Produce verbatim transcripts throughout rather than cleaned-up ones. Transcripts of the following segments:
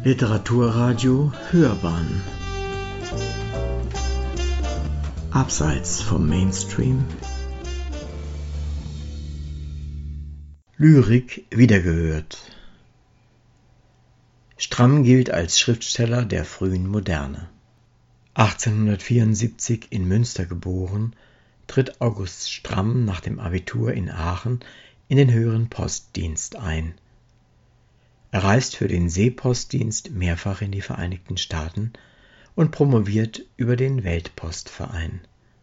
Literaturradio Hörbahn Abseits vom Mainstream. Lyrik wiedergehört. Stramm gilt als Schriftsteller der frühen Moderne. achtzehnhundertvierundsiebzig in Münster geboren, tritt August Stramm nach dem Abitur in Aachen in den höheren Postdienst ein. Er reist für den Seepostdienst mehrfach in die Vereinigten Staaten und promoviert über den Weltpostverein.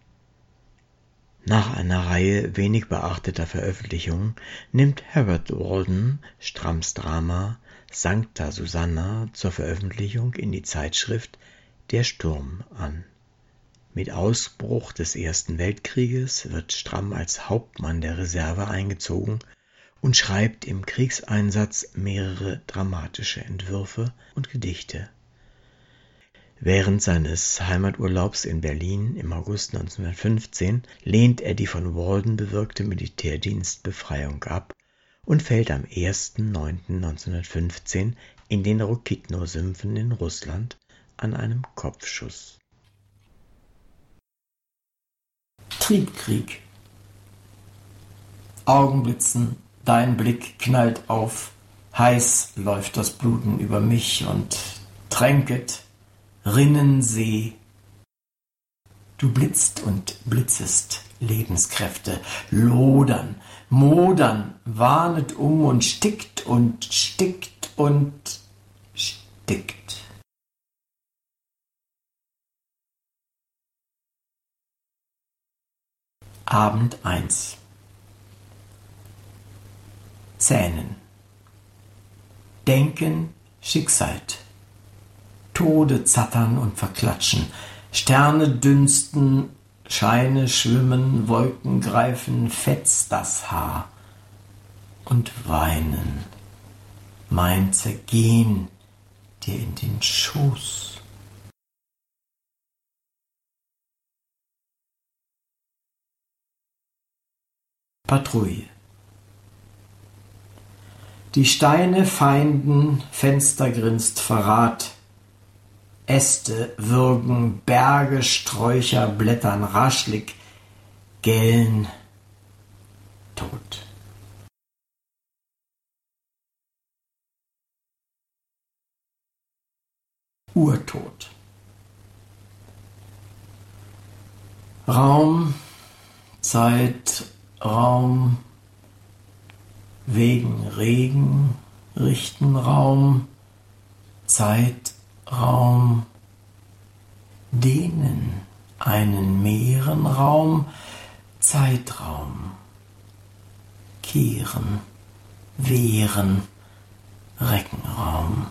Nach einer Reihe wenig beachteter Veröffentlichungen nimmt Herbert Walden Stramms Drama Sancta Susanna zur Veröffentlichung in die Zeitschrift Der Sturm an. Mit Ausbruch des Ersten Weltkrieges wird Stramm als Hauptmann der Reserve eingezogen und schreibt im Kriegseinsatz mehrere dramatische Entwürfe und Gedichte. Während seines Heimaturlaubs in Berlin im August neunzehnhundertfünfzehn lehnt er die von Walden bewirkte Militärdienstbefreiung ab und fällt am ersten neunten neunzehnhundertfünfzehn in den Rokitno-Sümpfen in Russland an einem Kopfschuss. Triebkrieg. Augenblitzen, dein Blick knallt auf, heiß läuft das Bluten über mich und tränket Rinnensee. Du blitzt und blitzest, Lebenskräfte lodern, modern, warnet um und stickt und stickt und stickt. Abend eins. Zähnen. Denken, Schicksal. Tode zattern und verklatschen. Sterne dünsten, Scheine schwimmen, Wolken greifen, fetzt das Haar. Und weinen. Mein Zergehen dir in den Schoß. Patrouille. Die Steine feinden, Fenster grinst Verrat. Äste würgen, Berge, Sträucher blättern raschlig, gellen, tot. Urtod. Raum, Zeit, Raum, wegen Regen richten Raum, Zeit, Raum, dehnen einen Meerenraum, Zeitraum, kehren, wehren, Reckenraum,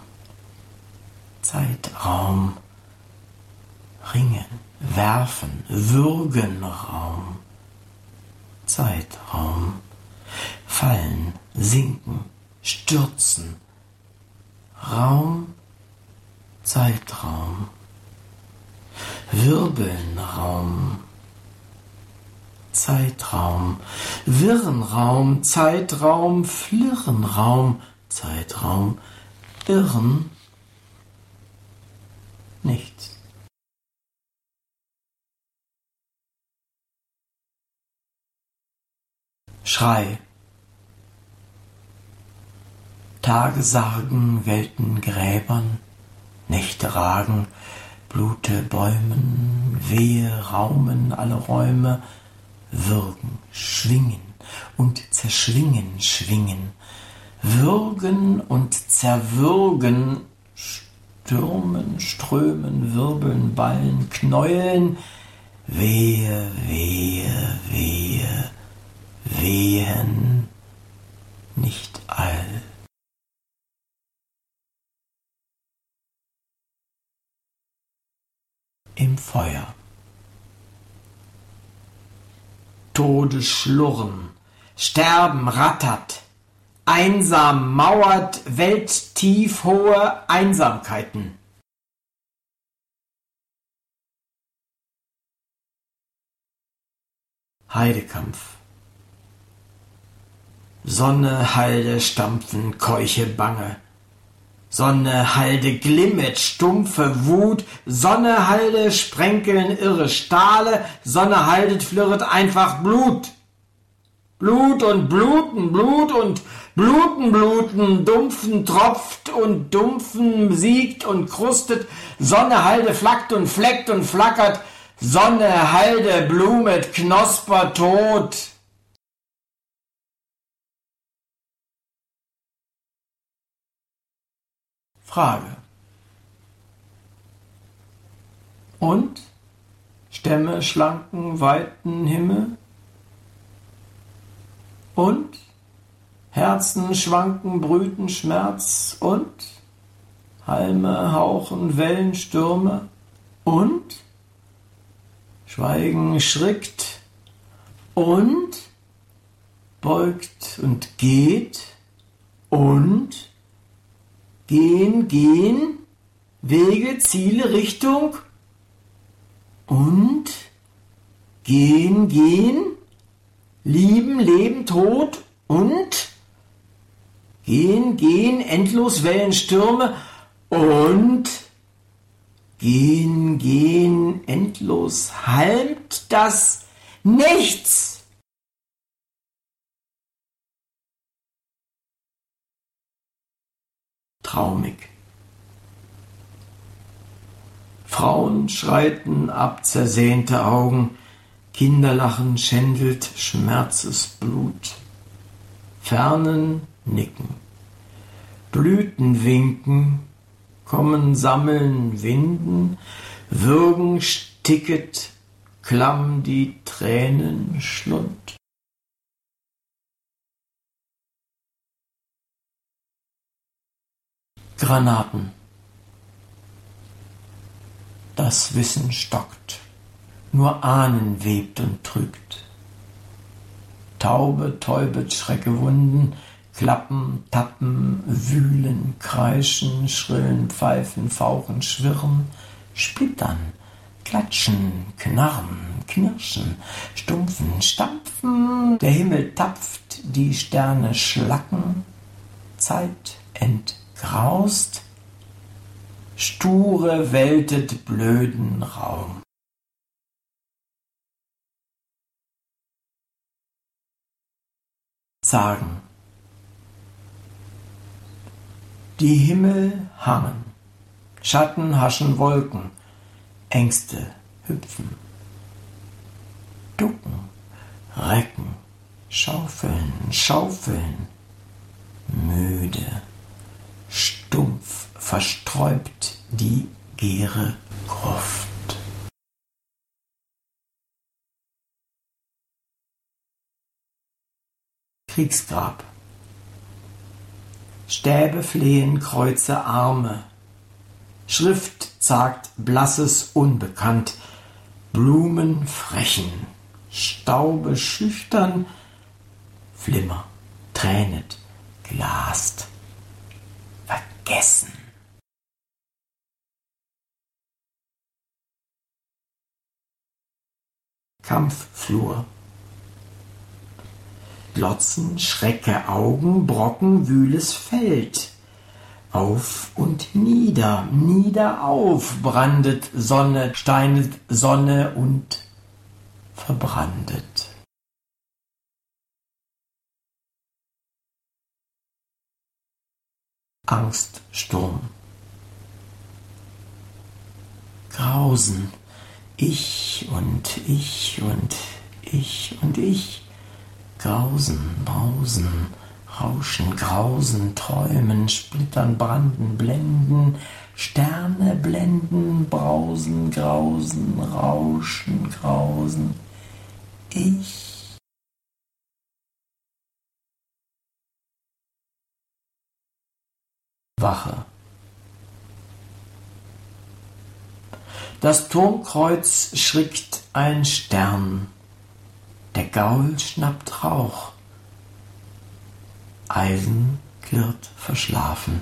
Zeitraum, ringen, werfen, würgen Raum, Zeitraum, fallen, sinken, stürzen, Raum, Zeitraum, wirbeln Raum, Zeitraum, wirren Raum, Zeitraum, flirren Raum, Zeitraum, irren, nichts. Schrei. Tage sargen, Welten Gräbern, Nächte ragen, Blute bäumen, Wehe raumen alle Räume, würgen, schwingen und zerschwingen, schwingen, würgen und zerwürgen, stürmen, strömen, wirbeln, ballen, knäueln, wehe, wehe, wehe, wehen, nicht all. Im Feuer. Tode schlurren, Sterben rattert, einsam mauert, welttiefhohe Einsamkeiten. Heidekampf. Sonne, Halde, Stampfen, Keuche, Bange, Sonne halde glimmet, stumpfe Wut, Sonne halde sprenkeln irre Stahle, Sonne haldet flirret einfach Blut. Blut und bluten, Blut und bluten, bluten, dumpfen tropft und dumpfen siegt und krustet, Sonne halde flackt und fleckt und flackert, Sonne halde blumet, knosper tot. Frage. Und? Stämme schlanken, weiten Himmel? Und? Herzen schwanken, brüten Schmerz? Und? Halme hauchen, Wellen, Stürme? Und? Schweigen schrickt? Und? Beugt und geht? Und? Gehen, gehen, Wege, Ziele, Richtung und gehen, gehen, lieben, leben, Tod und gehen, gehen, endlos Wellen, Stürme und gehen, gehen, endlos halmt das Nichts. Traumig. Frauen schreiten ab zersehnte Augen, Kinderlachen schändelt Schmerzesblut. Fernen nicken, Blüten winken, kommen sammeln Winden, würgen sticket, klamm die Tränen Schlund. Granaten. Das Wissen stockt, nur Ahnen webt und trügt. Taube täubet Schrecke Wunden, klappen, tappen, wühlen, kreischen, schrillen, pfeifen, fauchen, schwirren, splittern, klatschen, knarren, knirschen, stumpfen, stampfen, der Himmel tapft, die Sterne schlacken, Zeit entgraust, Sture weltet blöden Raum. Sagen. Die Himmel hangen, Schatten haschen Wolken, Ängste hüpfen, ducken, recken, schaufeln, schaufeln, müde, stumpf versträubt die Gäre Gruft. Kriegsgrab. Stäbe flehen, Kreuze, Arme. Schrift zagt blasses Unbekannt. Blumen frechen, Staube schüchtern, Flimmer, tränet, glast, vergessen. Kampfflur. Glotzen, Schrecke, Augen, Brocken, wühles Feld. Auf und nieder, nieder auf, brandet Sonne, steinet Sonne und verbrandet. Angststurm. Grausen, ich und ich und ich und ich. Grausen, Brausen, Rauschen, Grausen, Träumen, Splittern, Branden, Blenden, Sterne blenden, Brausen, Grausen, Rauschen, Grausen. Ich. Wache. Das Turmkreuz schrickt ein Stern. Der Gaul schnappt Rauch, Eisen klirrt verschlafen,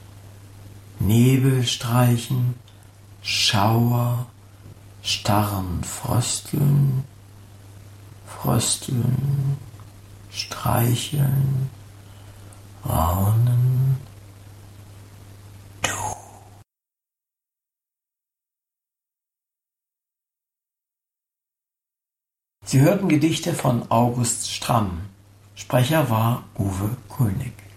Nebel streichen, Schauer starren, frösteln, frösteln, streicheln, warnen, Sie hörten Gedichte von August Stramm. Sprecher war Uwe Kulnig.